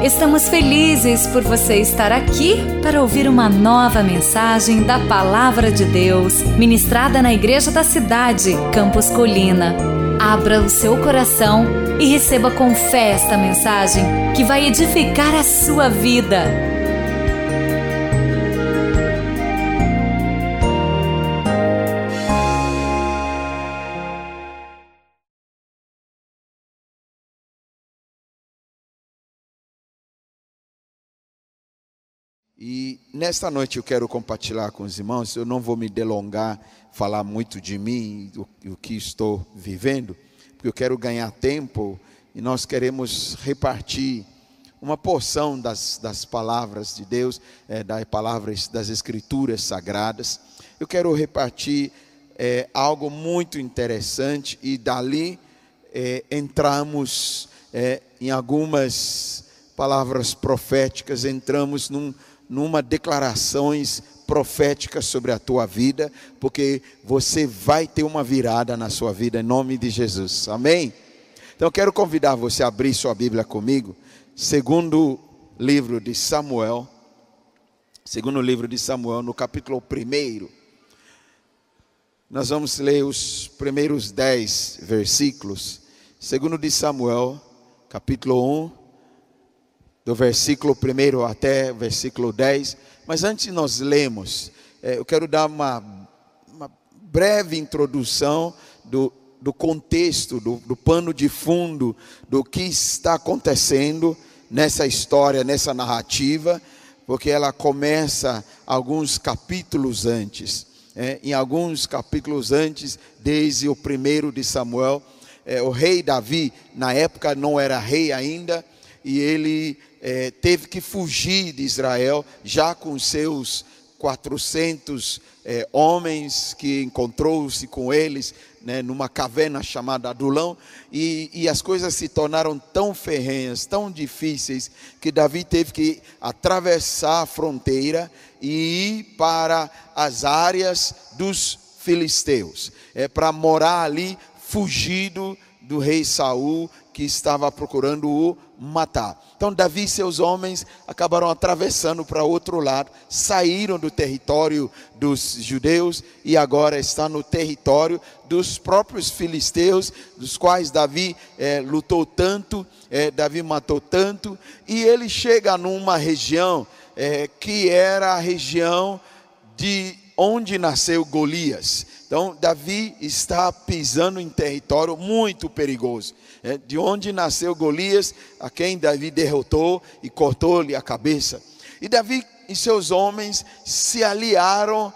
Estamos felizes por você estar aqui para ouvir uma nova mensagem da Palavra de Deus, ministrada na Igreja da Cidade, Campos Colina. Abra o seu coração e receba com fé esta mensagem que vai edificar a sua vida. E nesta noite eu quero compartilhar com os irmãos. Eu não vou me delongar, falar muito de mim, o que estou vivendo, porque eu quero ganhar tempo e nós queremos repartir uma porção das palavras de Deus, das palavras das Escrituras Sagradas. Eu quero repartir algo muito interessante e dali entramos em algumas palavras proféticas, entramos numa declarações proféticas sobre a tua vida, porque você vai ter uma virada na sua vida em nome de Jesus, amém? Então eu quero convidar você a abrir sua Bíblia comigo, segundo livro de Samuel, no capítulo 1, nós vamos ler os primeiros 10 versículos, segundo de Samuel, capítulo 1, do versículo 1 até o versículo 10, mas antes de nós lermos, eu quero dar uma breve introdução do contexto, do pano de fundo, do que está acontecendo nessa história, nessa narrativa, porque ela começa alguns capítulos antes, em alguns capítulos antes, desde o 1 de Samuel, o rei Davi, na época não era rei ainda, e ele teve que fugir de Israel, já com seus 400 homens, que encontrou-se com eles, numa caverna chamada Adulão, e as coisas se tornaram tão ferrenhas, tão difíceis, que Davi teve que atravessar a fronteira e ir para as áreas dos filisteus, para morar ali, fugido do rei Saul, que estava procurando o matar. Então Davi e seus homens acabaram atravessando para outro lado, saíram do território dos judeus e agora está no território dos próprios filisteus, dos quais Davi lutou tanto, Davi matou tanto, e ele chega numa região que era a região de onde nasceu Golias. Então Davi está pisando em território muito perigoso, de onde nasceu Golias, a quem Davi derrotou e cortou-lhe a cabeça. E Davi e seus homens se aliaram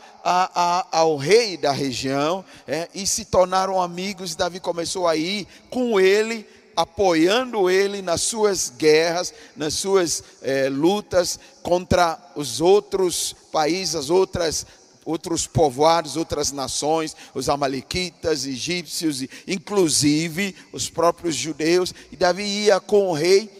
ao rei da região, e se tornaram amigos. Davi começou a ir com ele, apoiando ele nas suas guerras, nas suas lutas contra os outros países, outros povoados, outras nações, os amalequitas, egípcios, inclusive os próprios judeus. E Davi ia com o rei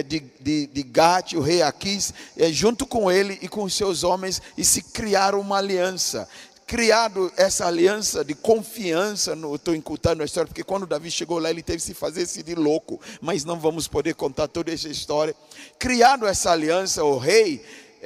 de Gate, o rei Aquis, junto com ele e com os seus homens, e se criaram uma aliança. Criado essa aliança de confiança, estou encurtando a história, porque quando Davi chegou lá, ele teve que se fazer de louco, mas não vamos poder contar toda essa história. Criado essa aliança, o rei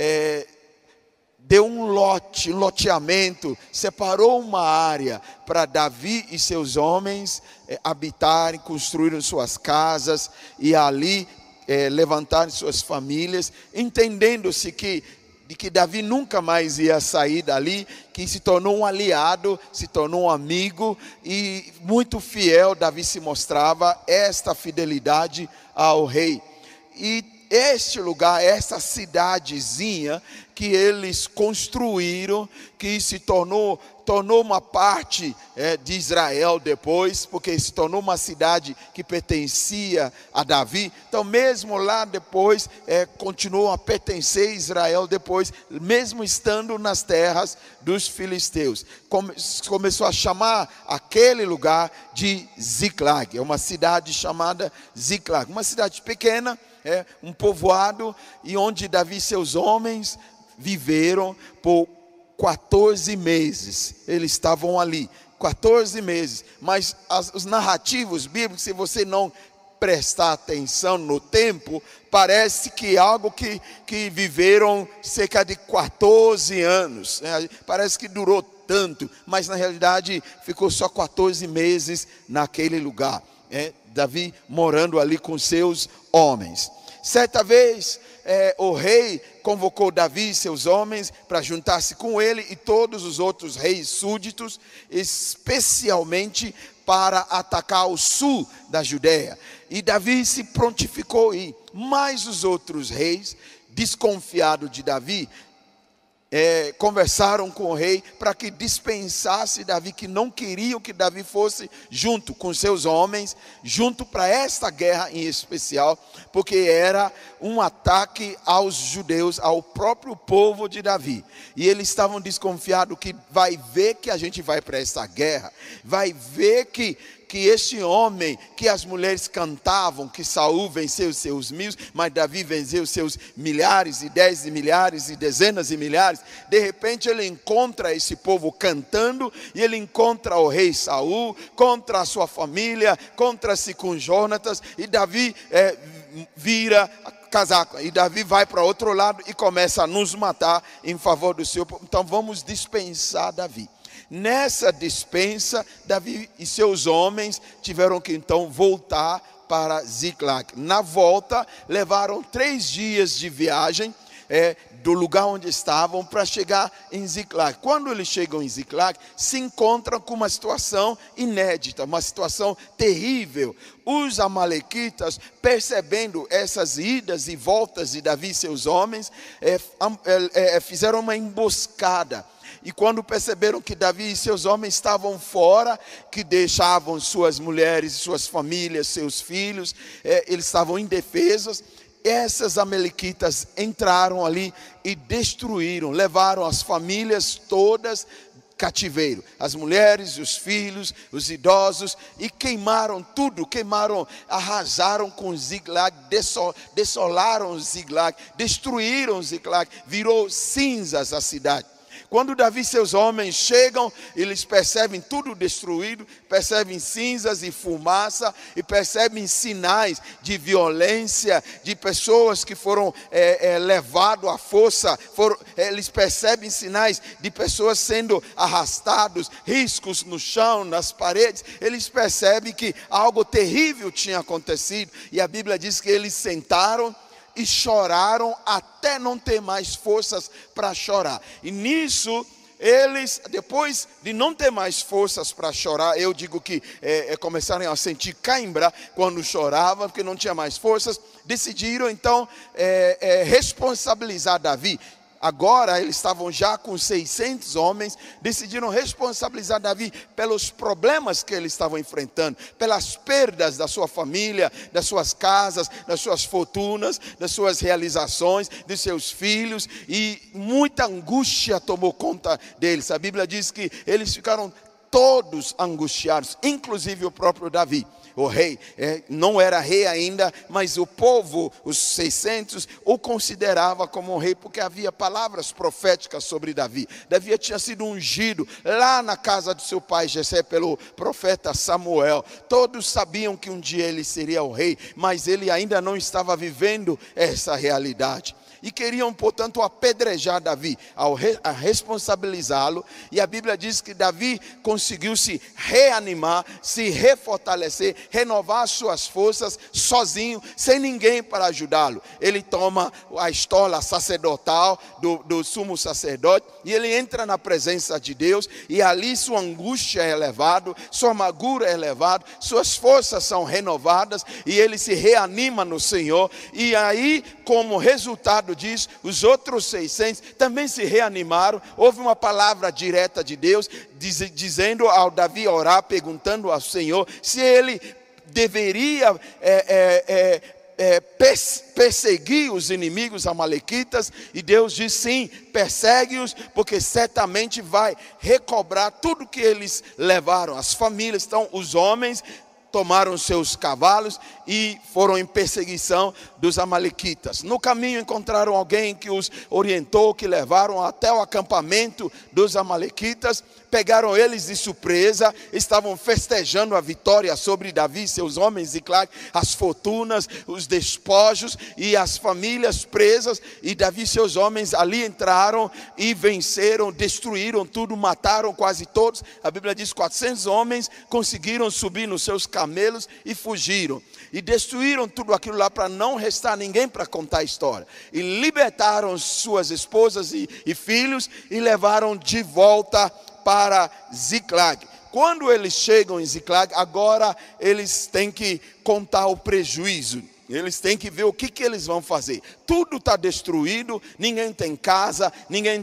deu um loteamento, separou uma área para Davi e seus homens habitarem, construírem suas casas e ali levantarem suas famílias, entendendo-se que Davi nunca mais ia sair dali, que se tornou um aliado, se tornou um amigo, e muito fiel Davi se mostrava, esta fidelidade ao rei. E este lugar, essa cidadezinha que eles construíram, que se tornou uma parte de Israel depois, porque se tornou uma cidade que pertencia a Davi. Então mesmo lá depois, continuou a pertencer a Israel depois, mesmo estando nas terras dos filisteus. Começou a chamar aquele lugar de Ziklag, uma cidade chamada Ziklag, uma cidade pequena, um povoado, e onde Davi e seus homens viveram por 14 meses, eles estavam ali, 14 meses, mas os narrativos bíblicos, se você não prestar atenção no tempo, parece que é algo que viveram cerca de 14 anos. Né? Parece que durou tanto, mas na realidade ficou só 14 meses naquele lugar. Davi morando ali com seus homens. Certa vez, o rei convocou Davi e seus homens para juntar-se com ele e todos os outros reis súditos, especialmente para atacar o sul da Judeia. E Davi se prontificou a ir. Mas os outros reis, desconfiados de Davi, conversaram com o rei para que dispensasse Davi, que não queriam que Davi fosse junto com seus homens, junto para esta guerra em especial, porque era um ataque aos judeus, ao próprio povo de Davi. E eles estavam desconfiados que vai ver que a gente vai para essa guerra, vai ver que este homem, que as mulheres cantavam, que Saul venceu seus mil, mas Davi venceu seus milhares e 10 de milhares e dezenas de milhares. De repente ele encontra esse povo cantando, e ele encontra o rei Saul, contra a sua família, contra-se com Jonatas, e Davi vira casaco, e Davi vai para outro lado e começa a nos matar em favor do seu povo. Então vamos dispensar Davi. Nessa dispensa, Davi e seus homens tiveram que então voltar para Ziclag. Na volta, levaram 3 dias de viagem do lugar onde estavam para chegar em Ziclag. Quando eles chegam em Ziclag, se encontram com uma situação inédita, uma situação terrível. Os amalequitas, percebendo essas idas e voltas de Davi e seus homens, fizeram uma emboscada. E quando perceberam que Davi e seus homens estavam fora, que deixavam suas mulheres, suas famílias, seus filhos, eles estavam indefesos, essas amalequitas entraram ali e destruíram, levaram as famílias todas cativeiro, as mulheres, os filhos, os idosos, e queimaram tudo, arrasaram com Ziclag, desolaram Ziclag, destruíram Ziclag, virou cinzas a cidade. Quando Davi e seus homens chegam, eles percebem tudo destruído, percebem cinzas e fumaça, e percebem sinais de violência, de pessoas que foram levadas à força, eles percebem sinais de pessoas sendo arrastados, riscos no chão, nas paredes. Eles percebem que algo terrível tinha acontecido, e a Bíblia diz que eles sentaram e choraram até não ter mais forças para chorar. E nisso, eles, depois de não ter mais forças para chorar, eu digo que começaram a sentir cãibra quando choravam, porque não tinha mais forças, decidiram então responsabilizar Davi. Agora eles estavam já com 600 homens, decidiram responsabilizar Davi pelos problemas que eles estavam enfrentando, pelas perdas da sua família, das suas casas, das suas fortunas, das suas realizações, dos seus filhos, e muita angústia tomou conta deles. A Bíblia diz que eles ficaram todos angustiados, inclusive o próprio Davi. O rei não era rei ainda, mas o povo, os 600, o considerava como um rei, porque havia palavras proféticas sobre Davi. Davi tinha sido ungido lá na casa do seu pai Jessé pelo profeta Samuel. Todos sabiam que um dia ele seria o rei, mas ele ainda não estava vivendo essa realidade. E queriam, portanto, apedrejar Davi, a responsabilizá-lo. E a Bíblia diz que Davi conseguiu se reanimar, se refortalecer, renovar suas forças sozinho, sem ninguém para ajudá-lo. Ele toma a estola sacerdotal do sumo sacerdote, e ele entra na presença de Deus, e ali sua angústia é elevada, sua amargura é elevada, suas forças são renovadas, e ele se reanima no Senhor. E aí, como resultado disso, os outros 600 também se reanimaram. Houve uma palavra direta de Deus, dizendo ao Davi orar, perguntando ao Senhor se ele deveria perseguir os inimigos amalequitas. E Deus diz sim, persegue-os, porque certamente vai recobrar tudo que eles levaram. As famílias, então os homens tomaram seus cavalos e foram em perseguição dos amalequitas. No caminho encontraram alguém que os orientou, que levaram até o acampamento dos amalequitas. pegaram eles de surpresa, estavam festejando a vitória sobre Davi e seus homens, Ziclag, as fortunas, os despojos e as famílias presas, e Davi e seus homens ali entraram e venceram, destruíram tudo, mataram quase todos. A Bíblia diz 400 homens conseguiram subir nos seus camelos e fugiram. E destruíram tudo aquilo lá para não restar ninguém para contar a história. E libertaram suas esposas e filhos e levaram de volta para Ziclag. Quando eles chegam em Ziclag, agora eles têm que contar o prejuízo. Eles têm que ver o que eles vão fazer. Tudo está destruído, ninguém tem casa, ninguém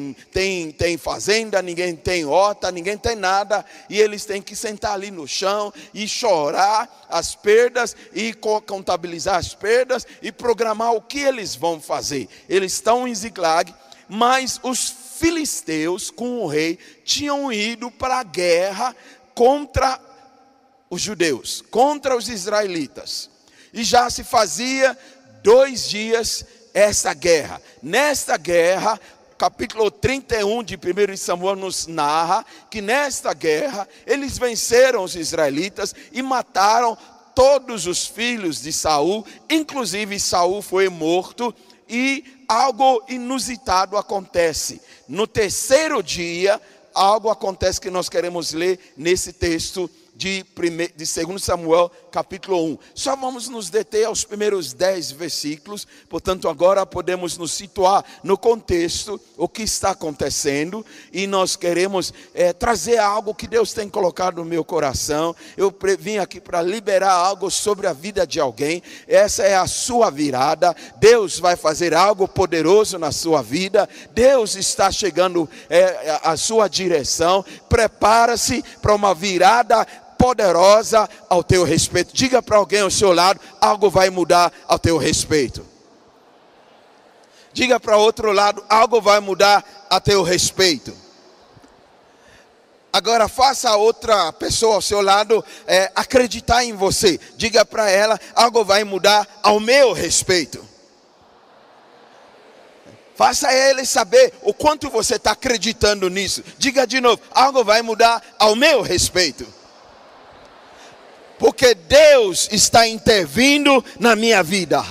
tem fazenda, ninguém tem horta, ninguém tem nada. E eles têm que sentar ali no chão e chorar as perdas e contabilizar as perdas e programar o que eles vão fazer. Eles estão em Ziclag, mas os filisteus com o rei tinham ido para a guerra contra os judeus, contra os israelitas. E já se fazia 2 dias essa guerra. Nesta guerra, capítulo 31 de 1 Samuel nos narra que nesta guerra eles venceram os israelitas e mataram todos os filhos de Saul, inclusive Saul foi morto. E algo inusitado acontece. No 3º dia, algo acontece que nós queremos ler nesse texto de 2 Samuel, capítulo 1. Só vamos nos deter aos primeiros 10 versículos. Portanto, agora podemos nos situar no contexto, o que está acontecendo. E nós queremos trazer algo que Deus tem colocado no meu coração. Eu vim aqui para liberar algo sobre a vida de alguém. Essa é a sua virada. Deus vai fazer algo poderoso na sua vida. Deus está chegando à sua direção. Prepara-se para uma virada poderosa ao teu respeito. Diga para alguém ao seu lado, algo vai mudar ao teu respeito. Diga para outro lado, algo vai mudar a teu respeito. Agora faça a outra pessoa ao seu lado acreditar em você. Diga para ela, algo vai mudar ao meu respeito. Faça ele saber o quanto você está acreditando nisso. Diga de novo, algo vai mudar ao meu respeito. Porque Deus está intervindo na minha vida.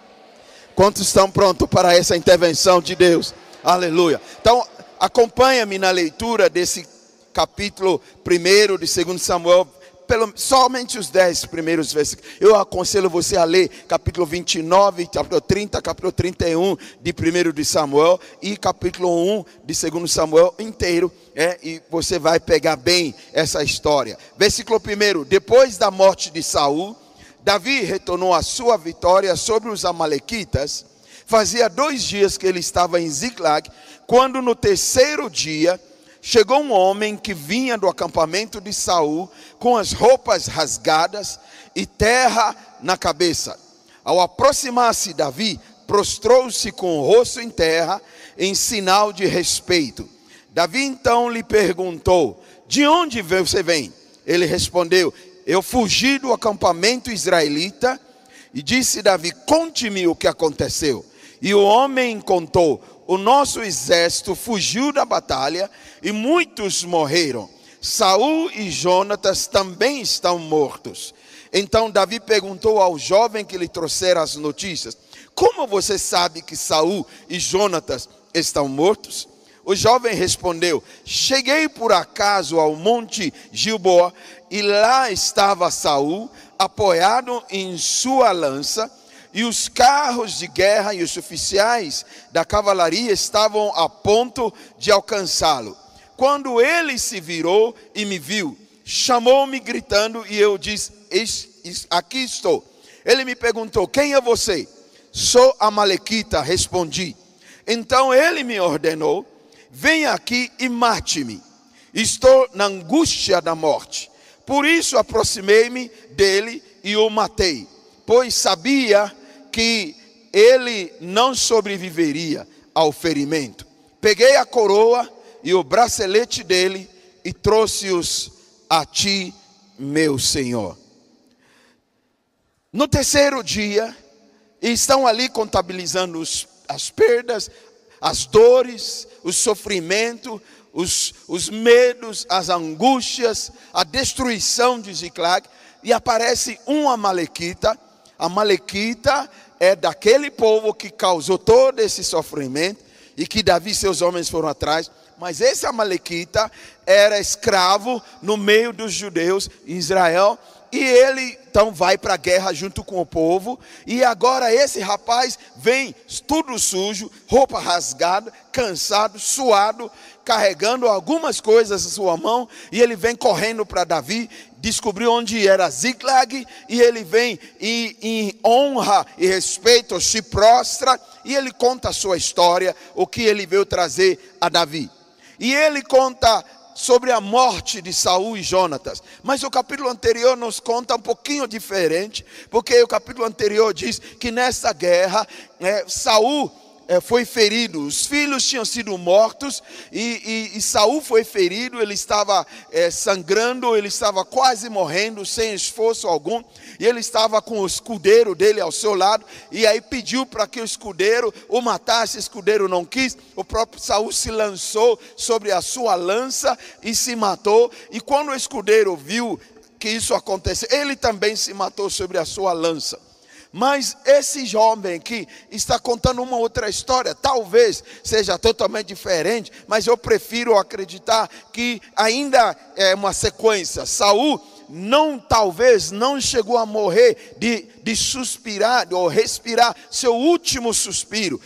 Quantos estão prontos para essa intervenção de Deus? Aleluia. Então, acompanha-me na leitura desse capítulo 1 de 2 Samuel. Somente os 10 primeiros versículos. Eu aconselho você a ler capítulo 29, capítulo 30, capítulo 31 de 1 de Samuel e capítulo 1 de 2 Samuel inteiro. E você vai pegar bem essa história. Versículo 1. Depois da morte de Saul, Davi retornou à sua vitória sobre os amalequitas. Fazia 2 dias que ele estava em Ziclag, quando no 3º dia chegou um homem que vinha do acampamento de Saul com as roupas rasgadas e terra na cabeça. Ao aproximar-se Davi, prostrou-se com o rosto em terra em sinal de respeito. Davi então lhe perguntou, de onde você vem? Ele respondeu, eu fugi do acampamento israelita. E disse Davi, conte-me o que aconteceu. E o homem contou, o nosso exército fugiu da batalha e muitos morreram. Saul e Jonatas também estão mortos. Então Davi perguntou ao jovem que lhe trouxera as notícias, como você sabe que Saul e Jonatas estão mortos? O jovem respondeu, cheguei por acaso ao monte Gilboa e lá estava Saul apoiado em sua lança, e os carros de guerra e os oficiais da cavalaria estavam a ponto de alcançá-lo. Quando ele se virou e me viu, chamou-me gritando e eu disse, aqui estou. Ele me perguntou, quem é você? Sou amalequita, respondi. Então ele me ordenou, venha aqui e mate-me. Estou na angústia da morte. Por isso aproximei-me dele e o matei, pois sabia que ele não sobreviveria ao ferimento. Peguei a coroa e o bracelete dele e trouxe-os a ti, meu Senhor. No 3º dia, estão ali contabilizando as perdas, as dores, o sofrimento, os medos, as angústias, a destruição de Ziklag, e aparece um amalequita. Amalequita é daquele povo que causou todo esse sofrimento e que Davi e seus homens foram atrás. Mas esse amalequita era escravo no meio dos judeus em Israel. E ele então vai para a guerra junto com o povo. E agora esse rapaz vem tudo sujo, roupa rasgada, cansado, suado, carregando algumas coisas na sua mão. E ele vem correndo para Davi, descobriu onde era Ziklag. E ele vem e em honra e respeito se prostra. E ele conta a sua história, o que ele veio trazer a Davi. E ele conta sobre a morte de Saul e Jonatas. Mas o capítulo anterior nos conta um pouquinho diferente, porque o capítulo anterior diz que nessa guerra Saul foi ferido, os filhos tinham sido mortos e Saul foi ferido, ele estava sangrando, ele estava quase morrendo, sem esforço algum, e ele estava com o escudeiro dele ao seu lado, e aí pediu para que o escudeiro o matasse. O escudeiro não quis, o próprio Saul se lançou sobre a sua lança e se matou, e quando o escudeiro viu que isso aconteceu, ele também se matou sobre a sua lança. Mas esse jovem que está contando uma outra história, talvez seja totalmente diferente, mas eu prefiro acreditar que ainda é uma sequência. Saul talvez não chegou a morrer de suspirar ou respirar seu último suspiro,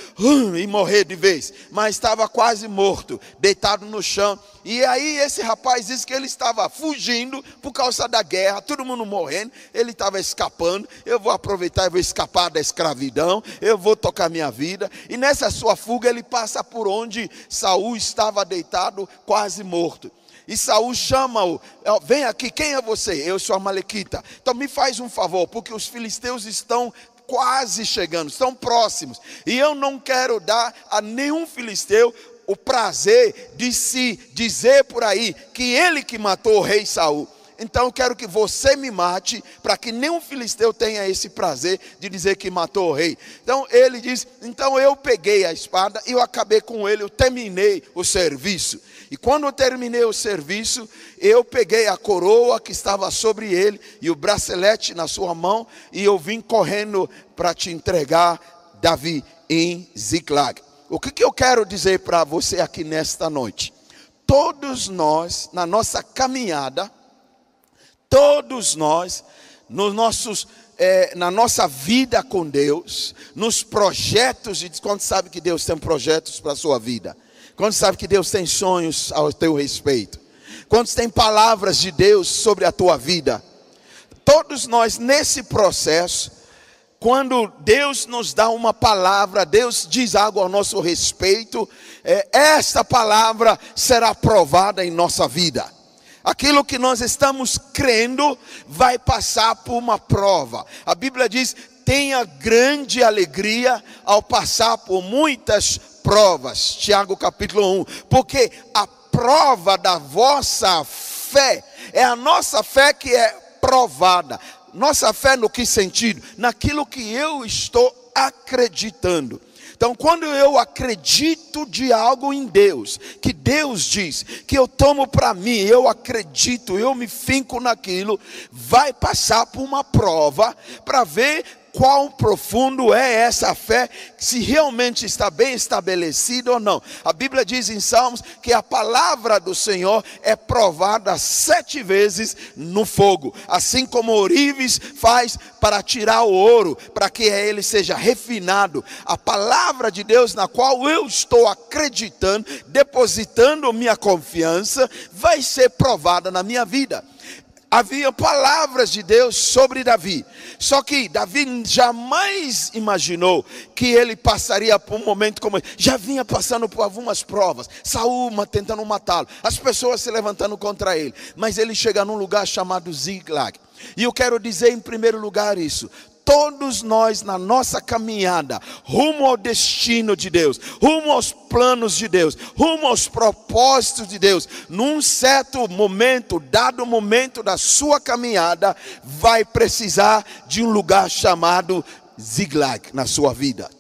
e morrer de vez, mas estava quase morto, deitado no chão. E aí esse rapaz diz que ele estava fugindo por causa da guerra, todo mundo morrendo, ele estava escapando. Eu vou aproveitar e vou escapar da escravidão, eu vou tocar minha vida. E nessa sua fuga ele passa por onde Saul estava deitado, quase morto. E Saul chama-o, vem aqui, quem é você? Eu sou amalequita. Então me faz um favor, porque os filisteus estão quase chegando, estão próximos. E eu não quero dar a nenhum filisteu o prazer de se dizer por aí que ele que matou o rei Saul. Então eu quero que você me mate, para que nenhum filisteu tenha esse prazer de dizer que matou o rei. Então ele diz, então eu peguei a espada e eu acabei com ele, eu terminei o serviço. E quando eu terminei o serviço, eu peguei a coroa que estava sobre ele e o bracelete na sua mão, e eu vim correndo para te entregar, Davi, em Ziklag. O que eu quero dizer para você aqui nesta noite? Todos nós, na nossa caminhada, todos nós, na nossa vida com Deus, nos projetos, quando sabe que Deus tem projetos para a sua vida, quando sabe que Deus tem sonhos ao teu respeito, quando tem palavras de Deus sobre a tua vida, todos nós nesse processo, quando Deus nos dá uma palavra, Deus diz algo ao nosso respeito, esta palavra será provada em nossa vida. Aquilo que nós estamos crendo vai passar por uma prova. A Bíblia diz, tenha grande alegria ao passar por muitas provas. Tiago capítulo 1. Porque a prova da vossa fé é a nossa fé que é provada. Nossa fé no que sentido? Naquilo que eu estou acreditando. Então quando eu acredito de algo em Deus, que Deus diz, que eu tomo para mim, eu acredito, eu me finco naquilo, vai passar por uma prova para ver quão profundo é essa fé, se realmente está bem estabelecida ou não. A Bíblia diz em Salmos que a palavra do Senhor é provada 7 vezes no fogo, assim como ourives faz para tirar o ouro, para que ele seja refinado. A palavra de Deus na qual eu estou acreditando, depositando minha confiança, vai ser provada na minha vida. Havia palavras de Deus sobre Davi, só que Davi jamais imaginou que ele passaria por um momento como esse. Já vinha passando por algumas provas, Saul tentando matá-lo, as pessoas se levantando contra ele, mas ele chega num lugar chamado Ziklag. E eu quero dizer em primeiro lugar isso: todos nós na nossa caminhada rumo ao destino de Deus, rumo aos planos de Deus, rumo aos propósitos de Deus, num certo momento, dado momento da sua caminhada, vai precisar de um lugar chamado Ziklag na sua vida.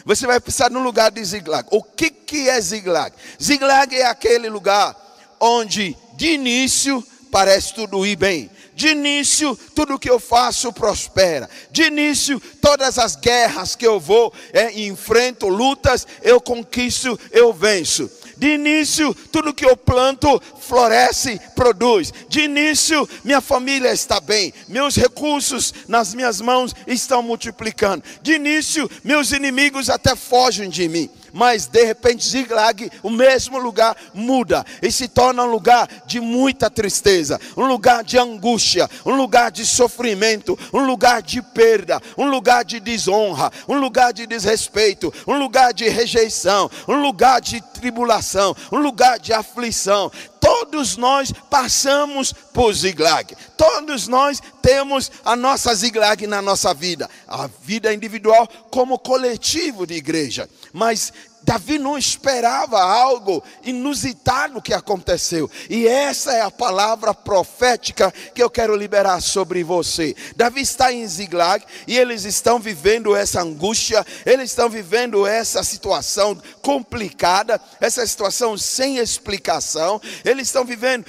Você vai pensar no lugar de Ziklag. O que é Ziklag? Ziklag é aquele lugar onde de início parece tudo ir bem. De início, tudo que eu faço prospera. De início, todas as guerras que eu vou, enfrento, lutas, eu conquisto, eu venço. De início, tudo que eu planto, floresce, produz. De início, minha família está bem. Meus recursos nas minhas mãos estão multiplicando. De início, meus inimigos até fogem de mim. Mas de repente Ziklag, o mesmo lugar muda e se torna um lugar de muita tristeza, um lugar de angústia, um lugar de sofrimento, um lugar de perda, um lugar de desonra, um lugar de desrespeito, um lugar de rejeição, um lugar de tribulação, um lugar de aflição. Todos nós passamos por Ziklag. Todos nós temos a nossa Ziklag na nossa vida. A vida individual como coletivo de igreja. Mas Davi não esperava algo inusitado que aconteceu. E essa é a palavra profética que eu quero liberar sobre você. Davi está em Ziklag e eles estão vivendo essa angústia. Eles estão vivendo essa situação complicada. Essa situação sem explicação. Eles estão vivendo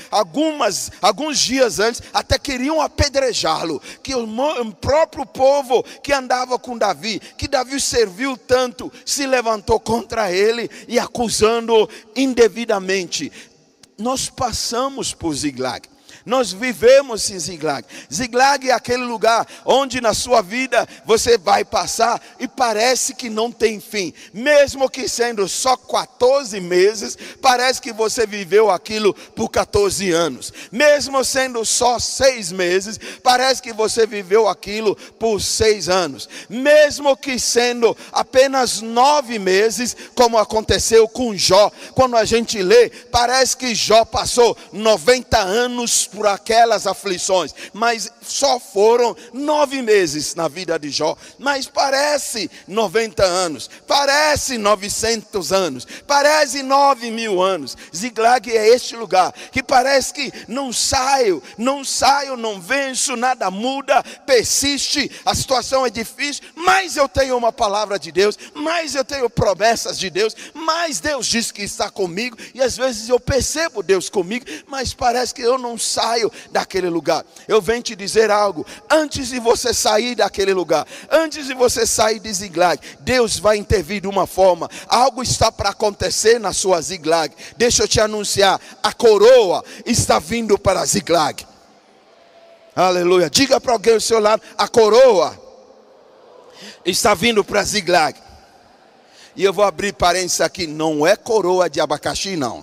alguns dias antes, até queriam apedrejá-lo. Que o próprio povo que andava com Davi, que Davi serviu tanto, se levantou contra ele e acusando-o indevidamente. Nós passamos por Ziklag. Nós vivemos em Ziklag. Ziklag é aquele lugar onde na sua vida você vai passar e parece que não tem fim. Mesmo que sendo só 14 meses, parece que você viveu aquilo por 14 anos. Mesmo sendo só 6 meses, parece que você viveu aquilo por 6 anos. Mesmo que sendo apenas 9 meses, como aconteceu com Jó. Quando a gente lê, parece que Jó passou 90 anos por aquelas aflições, mas só foram 9 meses na vida de Jó, mas parece 90 anos, parece 900 anos, parece 9.000 anos. Ziklag é este lugar que parece que não saio, não venço, nada muda, persiste, a situação é difícil, mas eu tenho uma palavra de Deus, mas eu tenho promessas de Deus, mas Deus diz que está comigo, e às vezes eu percebo Deus comigo, mas parece que eu não saio daquele lugar. Eu venho te dizer algo: antes de você sair daquele lugar, antes de você sair de Ziklag, Deus vai intervir de uma forma. Algo está para acontecer na sua Ziklag. Deixa eu te anunciar, a coroa está vindo para Ziklag. Aleluia. Diga para alguém ao seu lado: a coroa está vindo para Ziklag. E eu vou abrir parênteses aqui, não é coroa de abacaxi não.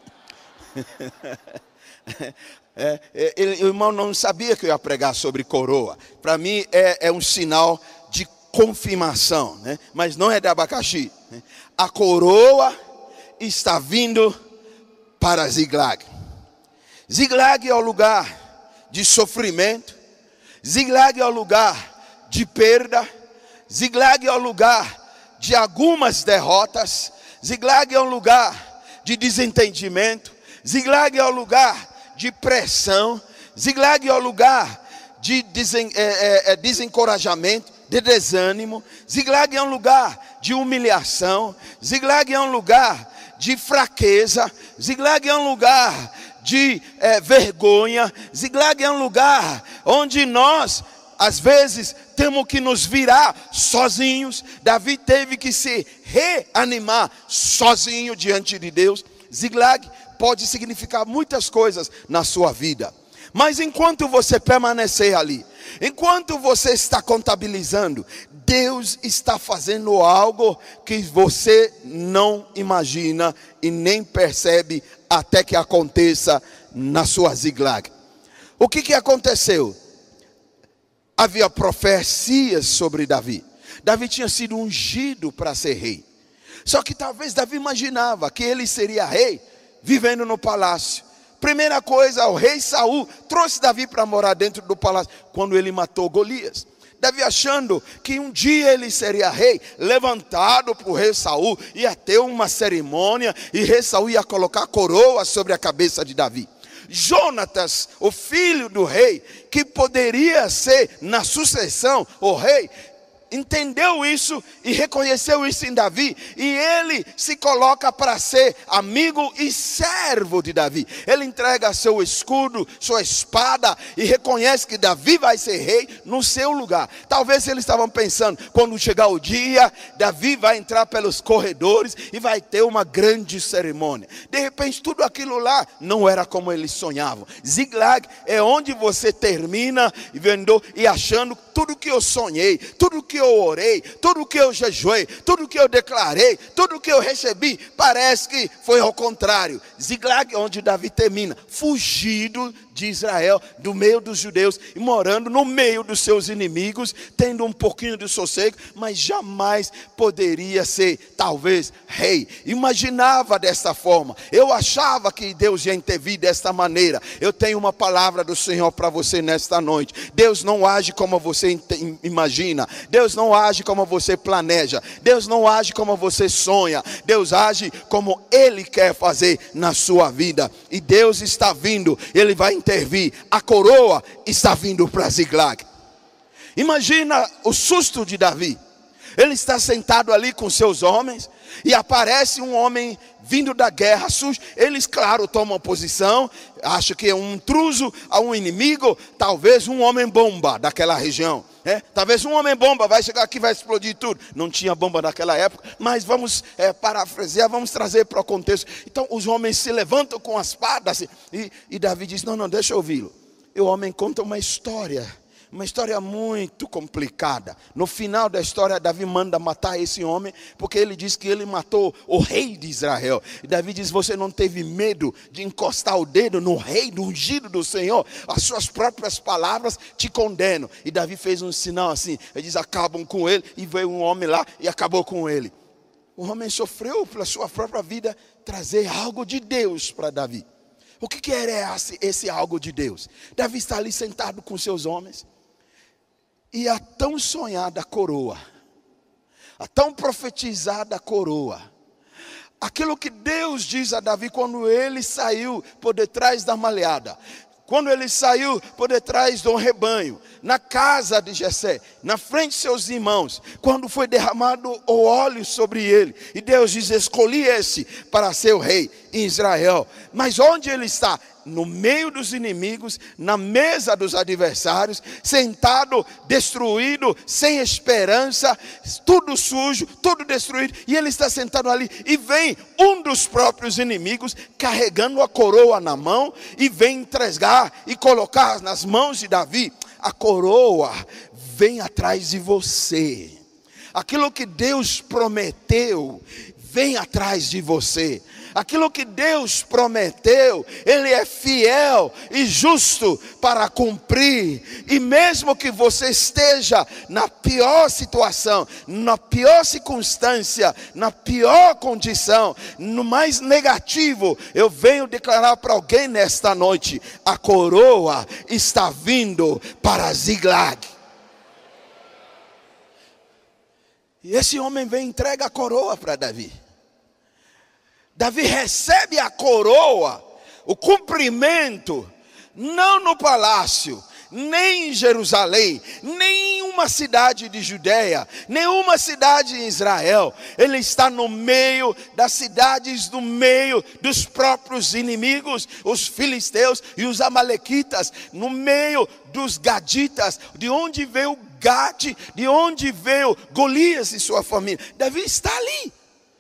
O irmão não sabia que eu ia pregar sobre coroa. Para mim é um sinal de confirmação, né? Mas não é de abacaxi, né? A coroa está vindo para Ziklag. Ziklag é o lugar de sofrimento. Ziklag é o lugar de perda. Ziklag é o lugar de algumas derrotas. Ziklag é um lugar de desentendimento. Ziklag é o lugar de pressão. Ziklag é o lugar de desencorajamento, de desânimo. Ziklag é um lugar de humilhação. Ziklag é um lugar de fraqueza. Ziklag é um lugar de vergonha. Ziklag é um lugar onde nós, às vezes, temos que nos virar sozinhos. Davi teve que se reanimar sozinho diante de Deus. Ziklag pode significar muitas coisas na sua vida. Mas enquanto você permanecer ali, enquanto você está contabilizando, Deus está fazendo algo que você não imagina e nem percebe até que aconteça na sua Ziklag. O que aconteceu? Havia profecias sobre Davi. Davi tinha sido ungido para ser rei. Só que talvez Davi imaginava que ele seria rei vivendo no palácio. Primeira coisa, o rei Saul trouxe Davi para morar dentro do palácio quando ele matou Golias. Davi achando que um dia ele seria rei, levantado por rei Saul, ia ter uma cerimônia e rei Saul ia colocar coroa sobre a cabeça de Davi. Jonatas, o filho do rei, que poderia ser na sucessão o rei, entendeu isso e reconheceu isso em Davi, e ele se coloca para ser amigo e servo de Davi. Ele entrega seu escudo, sua espada, e reconhece que Davi vai ser rei no seu lugar. Talvez eles estavam pensando, quando chegar o dia, Davi vai entrar pelos corredores e vai ter uma grande cerimônia. De repente tudo aquilo lá não era como eles sonhavam. Ziklag é onde você termina vendo e achando tudo que eu sonhei, tudo que eu orei, tudo que eu jejuei, tudo que eu declarei, tudo que eu recebi, parece que foi ao contrário. Ziklag é onde Davi termina, fugido de Israel, do meio dos judeus, e morando no meio dos seus inimigos, tendo um pouquinho de sossego, mas jamais poderia ser, talvez, rei. Imaginava dessa forma, eu achava que Deus ia intervir desta maneira. Eu tenho uma palavra do Senhor para você nesta noite. Deus não age como você imagina, Deus não age como você planeja, Deus não age como você sonha, Deus age como Ele quer fazer na sua vida. E Deus está vindo, Ele vai intervir. A coroa está vindo para Ziklag. Imagina o susto de Davi. Ele está sentado ali com seus homens, e aparece um homem vindo da guerra sujo. Eles, claro, tomam posição, acham que é um intruso, a um inimigo, talvez um homem bomba daquela região. Talvez um homem bomba vai chegar aqui e vai explodir tudo. Não tinha bomba naquela época, mas vamos parafrasear, vamos trazer para o contexto. Então os homens se levantam com as espadas, e Davi diz, não, deixa eu ouvi-lo. E o homem conta uma história muito complicada. No final da história, Davi manda matar esse homem, porque ele diz que ele matou o rei de Israel. E Davi diz, você não teve medo de encostar o dedo no rei, do ungido do Senhor? As suas próprias palavras te condenam. E Davi fez um sinal assim, ele diz, acabam com ele, e veio um homem lá e acabou com ele. O homem sofreu pela sua própria vida trazer algo de Deus para Davi. O que era esse algo de Deus? Davi está ali sentado com seus homens, e a tão sonhada coroa, a tão profetizada coroa, aquilo que Deus diz a Davi quando ele saiu por detrás da malhada, quando ele saiu por detrás do rebanho, na casa de Jessé, na frente de seus irmãos, quando foi derramado o óleo sobre ele, e Deus diz, escolhi esse para ser o rei em Israel. Mas onde ele está? No meio dos inimigos, na mesa dos adversários, sentado, destruído, sem esperança, tudo sujo, tudo destruído, e ele está sentado ali, e vem um dos próprios inimigos, carregando a coroa na mão, e vem entregar e colocar nas mãos de Davi. A coroa vem atrás de você. Aquilo que Deus prometeu vem atrás de você. Aquilo que Deus prometeu, Ele é fiel e justo para cumprir. E mesmo que você esteja na pior situação, na pior circunstância, na pior condição, no mais negativo, eu venho declarar para alguém nesta noite, a coroa está vindo para Ziklag. E esse homem vem e entrega a coroa para Davi. Davi recebe a coroa, o cumprimento, não no palácio, nem em Jerusalém, nem em uma cidade de Judeia, nenhuma cidade em Israel. Ele está no meio das cidades, no meio dos próprios inimigos, os filisteus e os amalequitas, no meio dos gaditas, de onde veio Gade, de onde veio Golias e sua família. Davi está ali.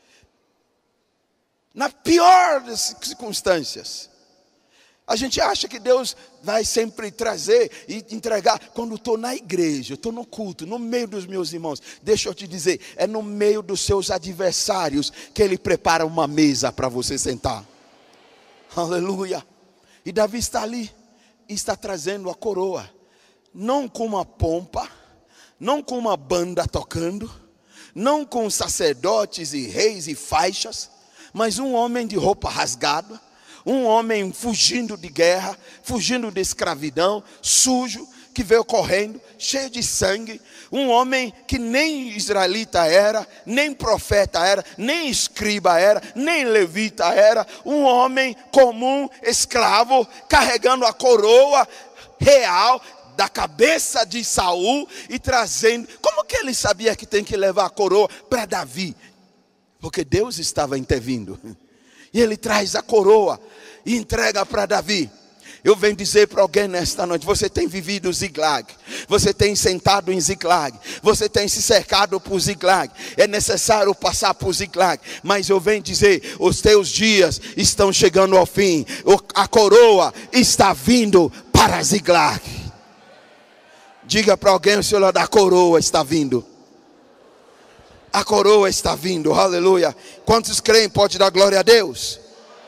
Na pior das circunstâncias. A gente acha que Deus vai sempre trazer e entregar. Quando estou na igreja, estou no culto, no meio dos meus irmãos. Deixa eu te dizer, é no meio dos seus adversários que Ele prepara uma mesa para você sentar. Aleluia. E Davi está ali e está trazendo a coroa. Não com uma pompa, não com uma banda tocando, não com sacerdotes e reis e faixas, mas um homem de roupa rasgada, um homem fugindo de guerra, fugindo de escravidão, sujo, que veio correndo, cheio de sangue, um homem que nem israelita era, nem profeta era, nem escriba era, nem levita era, um homem comum, escravo, carregando a coroa real da cabeça de Saul e trazendo. Como que ele sabia que tem que levar a coroa para Davi? Porque Deus estava intervindo. E ele traz a coroa e entrega para Davi. Eu venho dizer para alguém nesta noite: você tem vivido Ziklag, você tem sentado em Ziklag, você tem se cercado por Ziklag. É necessário passar por Ziklag, mas eu venho dizer: os teus dias estão chegando ao fim. A coroa está vindo para Ziklag. Diga para alguém: o Senhor da coroa está vindo. A coroa está vindo, aleluia. Quantos creem? Pode dar glória a Deus.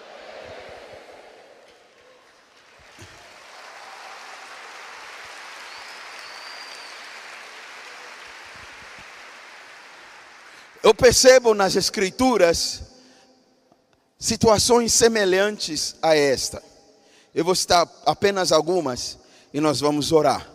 Eu percebo nas Escrituras situações semelhantes a esta. Eu vou citar apenas algumas e nós vamos orar.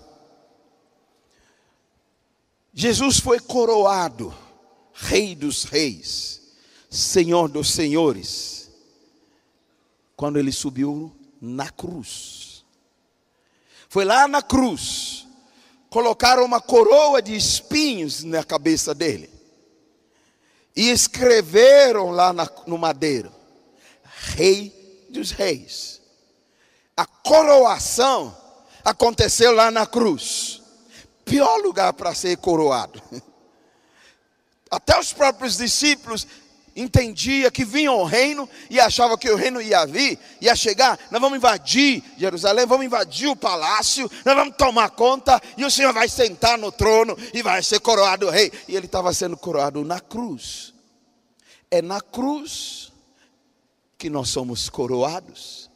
Jesus foi coroado Rei dos Reis, Senhor dos Senhores, quando ele subiu na cruz. Foi lá na cruz, colocaram uma coroa de espinhos na cabeça dele. E escreveram lá no madeiro: Rei dos Reis. A coroação aconteceu lá na cruz. Pior lugar para ser coroado. Até os próprios discípulos entendiam que vinha o reino e achavam que o reino ia chegar. Nós vamos invadir Jerusalém, vamos invadir o palácio, nós vamos tomar conta e o Senhor vai sentar no trono e vai ser coroado rei. E ele estava sendo coroado na cruz. É na cruz que nós somos coroados.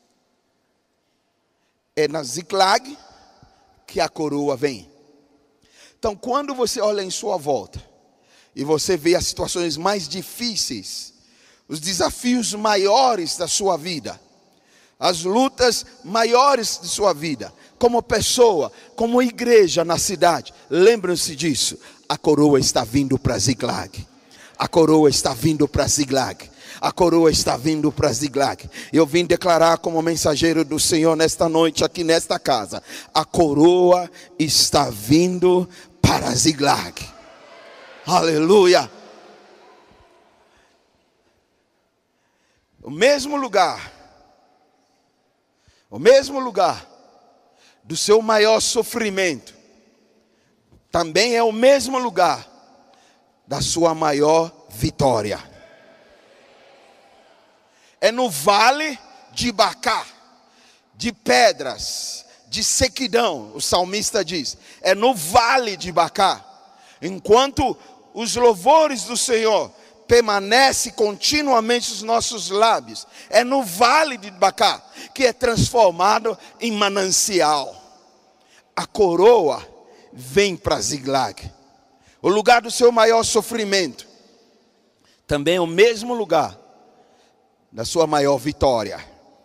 É na Ziklag que a coroa vem. Então, quando você olha em sua volta e você vê as situações mais difíceis, os desafios maiores da sua vida, as lutas maiores de sua vida, como pessoa, como igreja na cidade, lembrem-se disso: a coroa está vindo para Ziklag. A coroa está vindo para Ziklag. A coroa está vindo para Ziklag. Eu vim declarar como mensageiro do Senhor nesta noite, aqui nesta casa: a coroa está vindo para Ziklag. Aleluia. O mesmo lugar do seu maior sofrimento também é o mesmo lugar da sua maior vitória. É no vale de Bacá, de pedras, de sequidão. O salmista diz: é no vale de Bacá. Enquanto os louvores do Senhor permanecem continuamente nos nossos lábios, é no vale de Bacá que é transformado em manancial. A coroa vem para Ziklag. O lugar do seu maior sofrimento também é o mesmo lugar da sua maior vitória.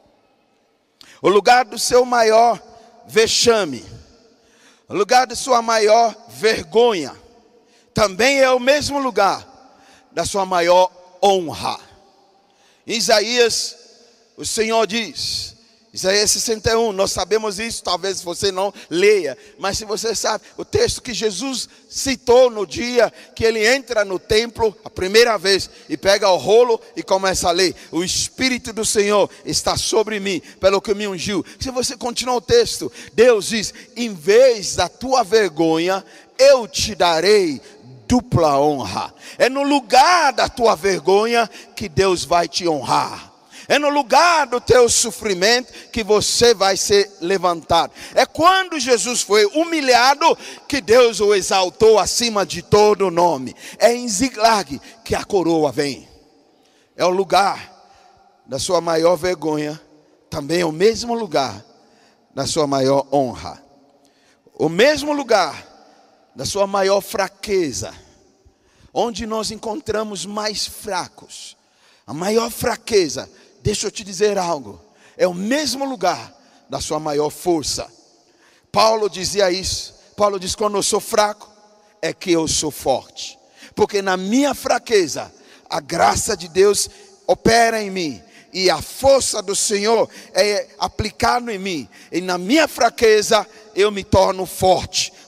O lugar do seu maior vexame, o lugar da sua maior vergonha, também é o mesmo lugar da sua maior honra. Em Isaías, o Senhor diz, Isaías 61, nós sabemos isso, talvez você não leia, mas se você sabe, o texto que Jesus citou no dia que ele entra no templo a primeira vez e pega o rolo e começa a ler: o Espírito do Senhor está sobre mim, pelo que me ungiu. Se você continuar o texto, Deus diz: em vez da tua vergonha, eu te darei dupla honra. É no lugar da tua vergonha que Deus vai te honrar. É no lugar do teu sofrimento que você vai ser levantado. É quando Jesus foi humilhado que Deus o exaltou acima de todo nome. É em Ziklag que a coroa vem. É o lugar da sua maior vergonha, também é o mesmo lugar da sua maior honra. O mesmo lugar da sua maior fraqueza, onde nós encontramos mais fracos. A maior fraqueza, deixa eu te dizer algo, é o mesmo lugar da sua maior força. Paulo dizia isso. Paulo diz: quando eu sou fraco, é que eu sou forte. Porque na minha fraqueza, a graça de Deus opera em mim. E a força do Senhor é aplicada em mim. E na minha fraqueza, eu me torno forte.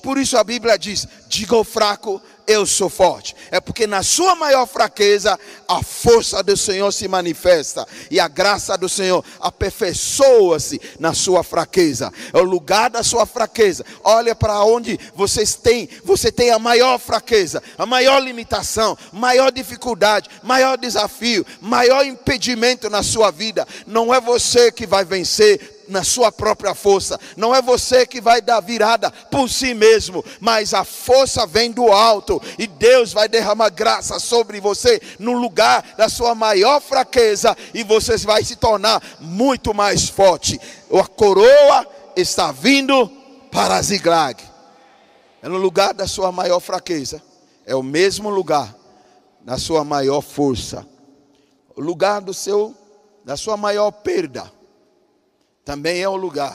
Por isso a Bíblia diz: diga ao fraco, eu sou forte. É porque na sua maior fraqueza a força do Senhor se manifesta, e a graça do Senhor aperfeiçoa-se na sua fraqueza. É o lugar da sua fraqueza. Olha para onde você tem a maior fraqueza, a maior limitação, maior dificuldade, maior desafio, maior impedimento na sua vida. Não é você que vai vencer na sua própria força, não é você que vai dar virada por si mesmo, mas a força vem do alto, e Deus vai derramar graça sobre você no lugar da sua maior fraqueza, e você vai se tornar muito mais forte. A coroa está vindo para Ziklag. É no lugar da sua maior fraqueza, é o mesmo lugar da sua maior força. O lugar da sua maior perda também é o lugar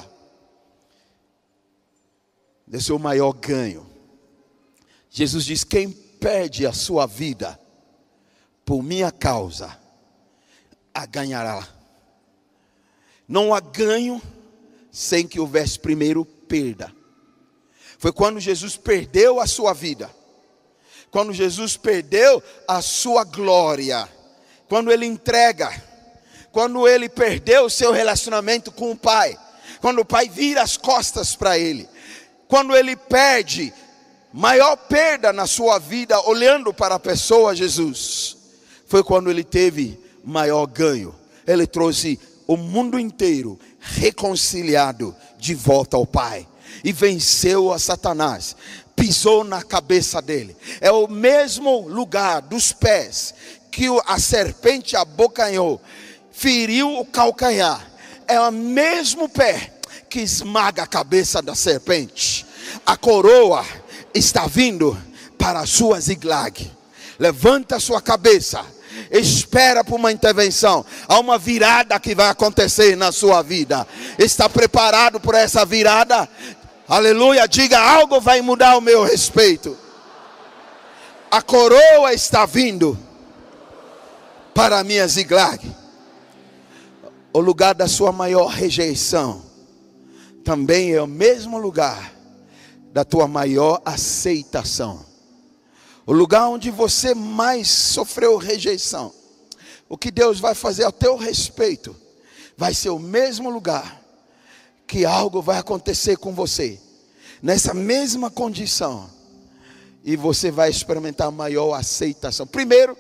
do seu maior ganho. Jesus diz: quem perde a sua vida por minha causa, a ganhará. Não há ganho sem que houvesse primeiro perda. Foi quando Jesus perdeu a sua vida, quando Jesus perdeu a sua glória, quando ele entrega, quando ele perdeu o seu relacionamento com o Pai, quando o Pai vira as costas para ele, quando ele perde, maior perda na sua vida olhando para a pessoa Jesus, foi quando ele teve maior ganho. Ele trouxe o mundo inteiro reconciliado de volta ao Pai, e venceu a Satanás, pisou na cabeça dele. É o mesmo lugar dos pés que a serpente abocanhou, feriu o calcanhar. É o mesmo pé que esmaga a cabeça da serpente. A coroa está vindo para a sua Ziklag. Levanta a sua cabeça, espera por uma intervenção. Há uma virada que vai acontecer na sua vida. Está preparado por essa virada? Aleluia, diga: algo vai mudar ao meu respeito. A coroa está vindo para a minha Ziklag. O lugar da sua maior rejeição também é o mesmo lugar da tua maior aceitação. O lugar onde você mais sofreu rejeição, o que Deus vai fazer ao teu respeito, vai ser o mesmo lugar que algo vai acontecer com você, nessa mesma condição, e você vai experimentar maior aceitação. Primeiro,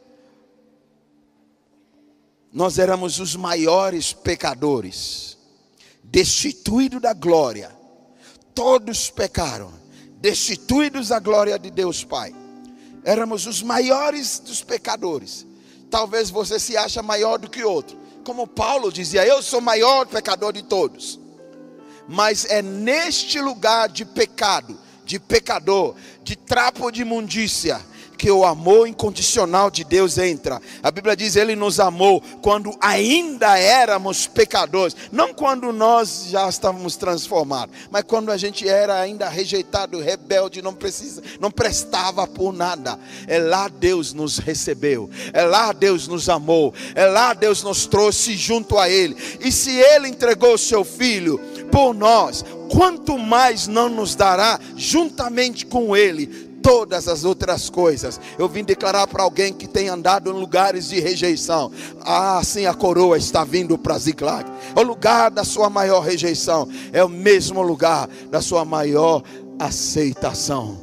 nós éramos os maiores pecadores, destituídos da glória. Todos pecaram, destituídos da glória de Deus Pai. Éramos os maiores dos pecadores. Talvez você se ache maior do que outro. Como Paulo dizia: eu sou o maior pecador de todos. Mas é neste lugar de pecado, de pecador, de trapo de imundícia, que o amor incondicional de Deus entra. A Bíblia diz: ele nos amou quando ainda éramos pecadores. Não quando nós já estávamos transformados, mas quando a gente era ainda rejeitado, rebelde, não prestava por nada. É lá Deus nos recebeu, é lá Deus nos amou, é lá Deus nos trouxe junto a Ele. E se Ele entregou o seu Filho por nós, quanto mais não nos dará juntamente com Ele todas as outras coisas. Eu vim declarar para alguém que tem andado em lugares de rejeição: sim, a coroa está vindo para Ziklag. O lugar da sua maior rejeição é o mesmo lugar da sua maior aceitação.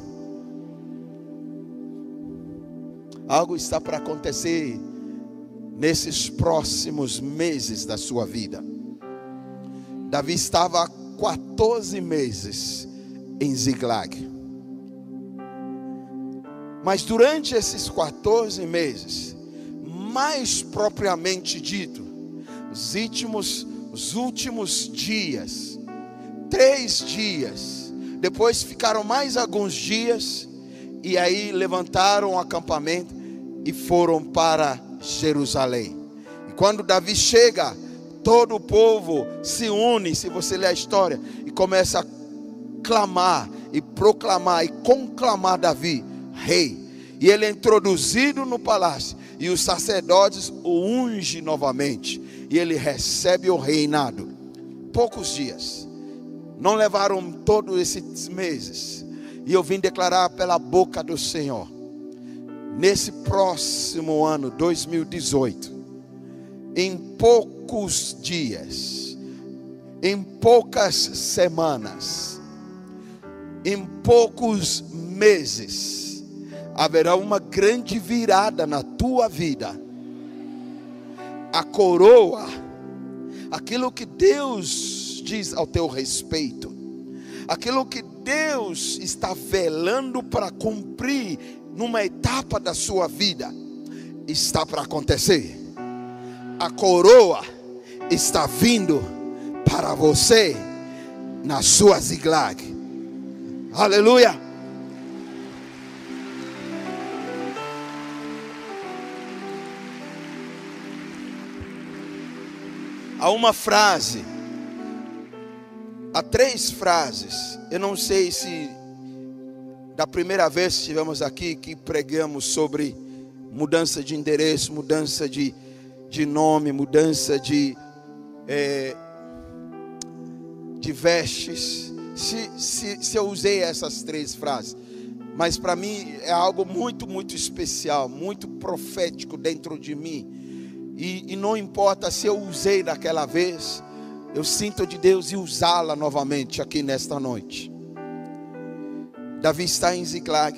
Algo está para acontecer nesses próximos meses da sua vida. Davi estava há 14 meses em Ziklag. Mas durante esses 14 meses, mais propriamente dito, os últimos dias, 3 dias, depois ficaram mais alguns dias, e aí levantaram o acampamento e foram para Jerusalém. E quando Davi chega, todo o povo se une, se você ler a história, e começa a clamar e proclamar e conclamar Davi rei. E ele é introduzido no palácio, e os sacerdotes o ungem novamente, e ele recebe o reinado. Poucos dias, não levaram todos esses meses, E eu vim declarar pela boca do Senhor, nesse próximo ano, 2018, em poucos dias, em poucas semanas, em poucos meses, haverá uma grande virada na tua vida. A coroa, aquilo que Deus diz ao teu respeito, aquilo que Deus está velando para cumprir numa etapa da sua vida, está para acontecer. A coroa está vindo para você na sua Ziklag. Aleluia. Há uma frase, há 3 frases. Eu não sei se da primeira vez que estivemos aqui, que pregamos sobre mudança de endereço, mudança de nome, mudança de vestes, se eu usei essas 3 frases. Mas para mim é algo muito, muito especial, muito profético dentro de mim. E não importa se eu usei daquela vez, eu sinto de Deus e usá-la novamente aqui nesta noite. Davi está em Ziklag.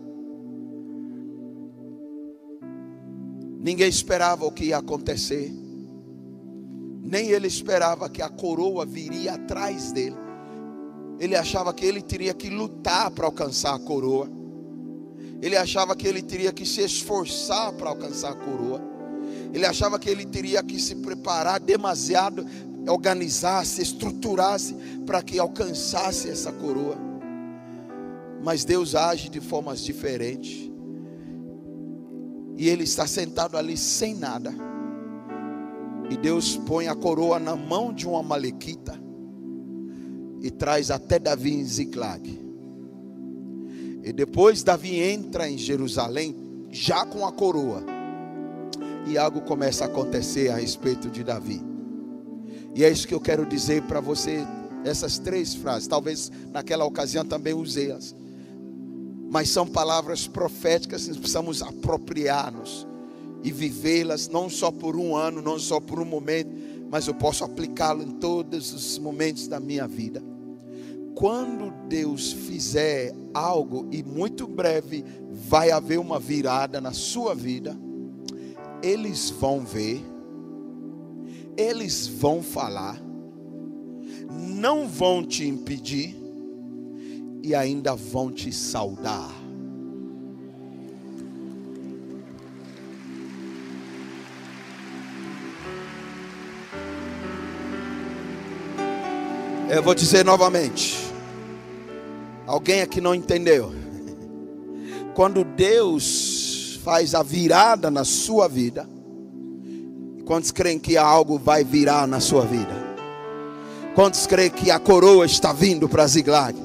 Ninguém esperava o que ia acontecer. Nem ele esperava que a coroa viria atrás dele. Ele achava que ele teria que lutar para alcançar a coroa. Ele achava que ele teria que se esforçar para alcançar a coroa. Ele achava que ele teria que se preparar demasiado, organizar-se, estruturar-se para que alcançasse essa coroa. Mas Deus age de formas diferentes. E ele está sentado ali sem nada. E Deus põe a coroa na mão de um amalequita e traz até Davi em Ziklag. E depois Davi entra em Jerusalém já com a coroa. E algo começa a acontecer a respeito de Davi. E é isso que eu quero dizer para você. Essas 3 frases, talvez naquela ocasião também usei-as, mas são palavras proféticas que precisamos apropriar-nos e vivê-las, não só por um ano, não só por um momento, mas eu posso aplicá-lo em todos os momentos da minha vida. Quando Deus fizer algo, e muito breve vai haver uma virada na sua vida, eles vão ver, eles vão falar, não vão te impedir e ainda vão te saudar. Eu vou dizer novamente. Alguém aqui não entendeu? Quando Deus faz a virada na sua vida, quantos creem que algo vai virar na sua vida? Quantos creem que a coroa está vindo para Ziklag?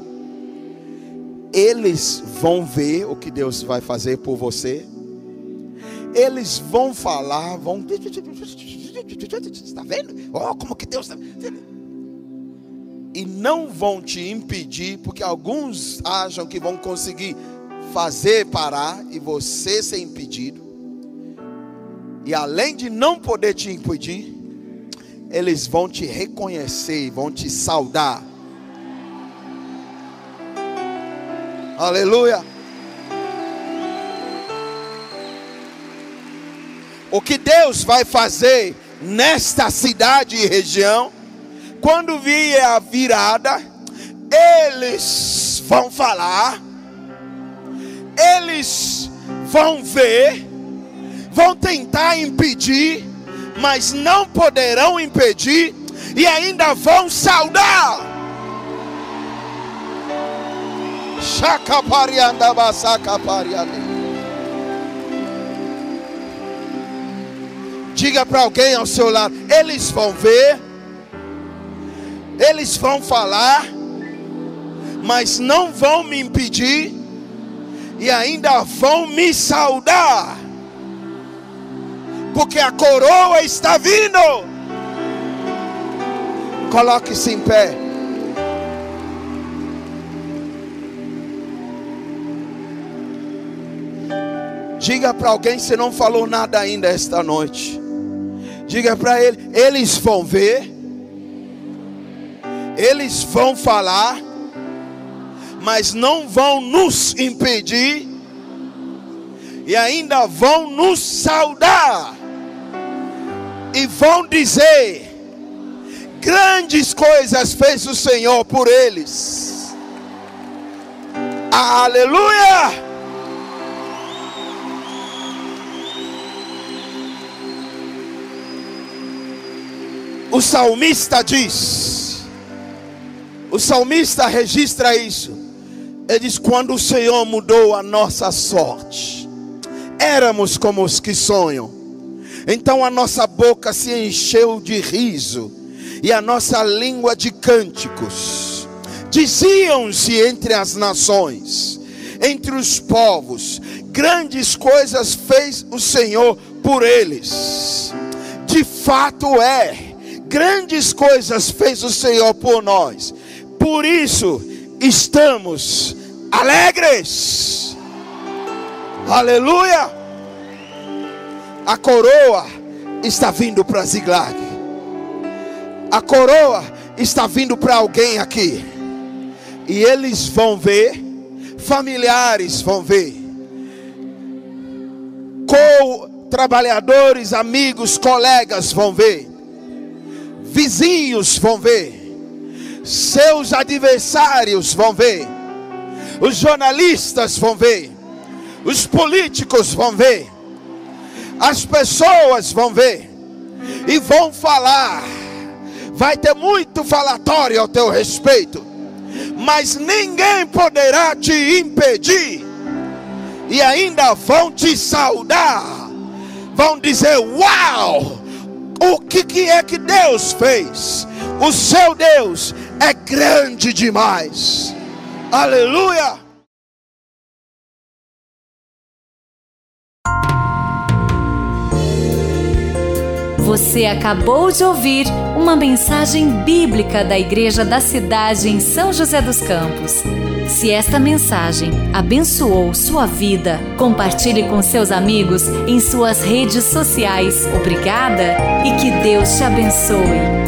Eles vão ver o que Deus vai fazer por você. Eles vão falar, vão... Está vendo? Oh, como que Deus está... E não vão te impedir, porque alguns acham que vão conseguir fazer parar e você ser impedido. E além de não poder te impedir, eles vão te reconhecer, vão te saudar. Aleluia. O que Deus vai fazer nesta cidade e região, quando vier a virada, eles vão falar, eles vão ver, vão tentar impedir, mas não poderão impedir e ainda vão saudar. Diga para alguém ao seu lado: eles vão ver, eles vão falar, mas não vão me impedir e ainda vão me saudar, porque a coroa está vindo. Coloque-se em pé. Diga para alguém, se não falou nada ainda esta noite. Diga para ele, eles vão ver. Eles vão falar, mas não vão nos impedir. E ainda vão nos saudar. E vão dizer: grandes coisas fez o Senhor por eles. Aleluia! O salmista diz, o salmista registra isso. Ele diz: quando o Senhor mudou a nossa sorte, éramos como os que sonham. Então a nossa boca se encheu de riso e a nossa língua de cânticos. Diziam-se entre as nações, entre os povos, grandes coisas fez o Senhor por eles. De fato grandes coisas fez o Senhor por nós. Por isso estamos alegres. Aleluia! A coroa está vindo para Ziklag. A coroa está vindo para alguém aqui. E eles vão ver, familiares vão ver, trabalhadores, amigos, colegas vão ver, vizinhos vão ver, seus adversários vão ver, os jornalistas vão ver, os políticos vão ver, as pessoas vão ver e vão falar. Vai ter muito falatório ao teu respeito, mas ninguém poderá te impedir. E ainda vão te saudar. Vão dizer: uau! O que é que Deus fez? O seu Deus é grande demais. Aleluia! Você acabou de ouvir uma mensagem bíblica da Igreja da Cidade em São José dos Campos. Se esta mensagem abençoou sua vida, compartilhe com seus amigos em suas redes sociais. Obrigada e que Deus te abençoe.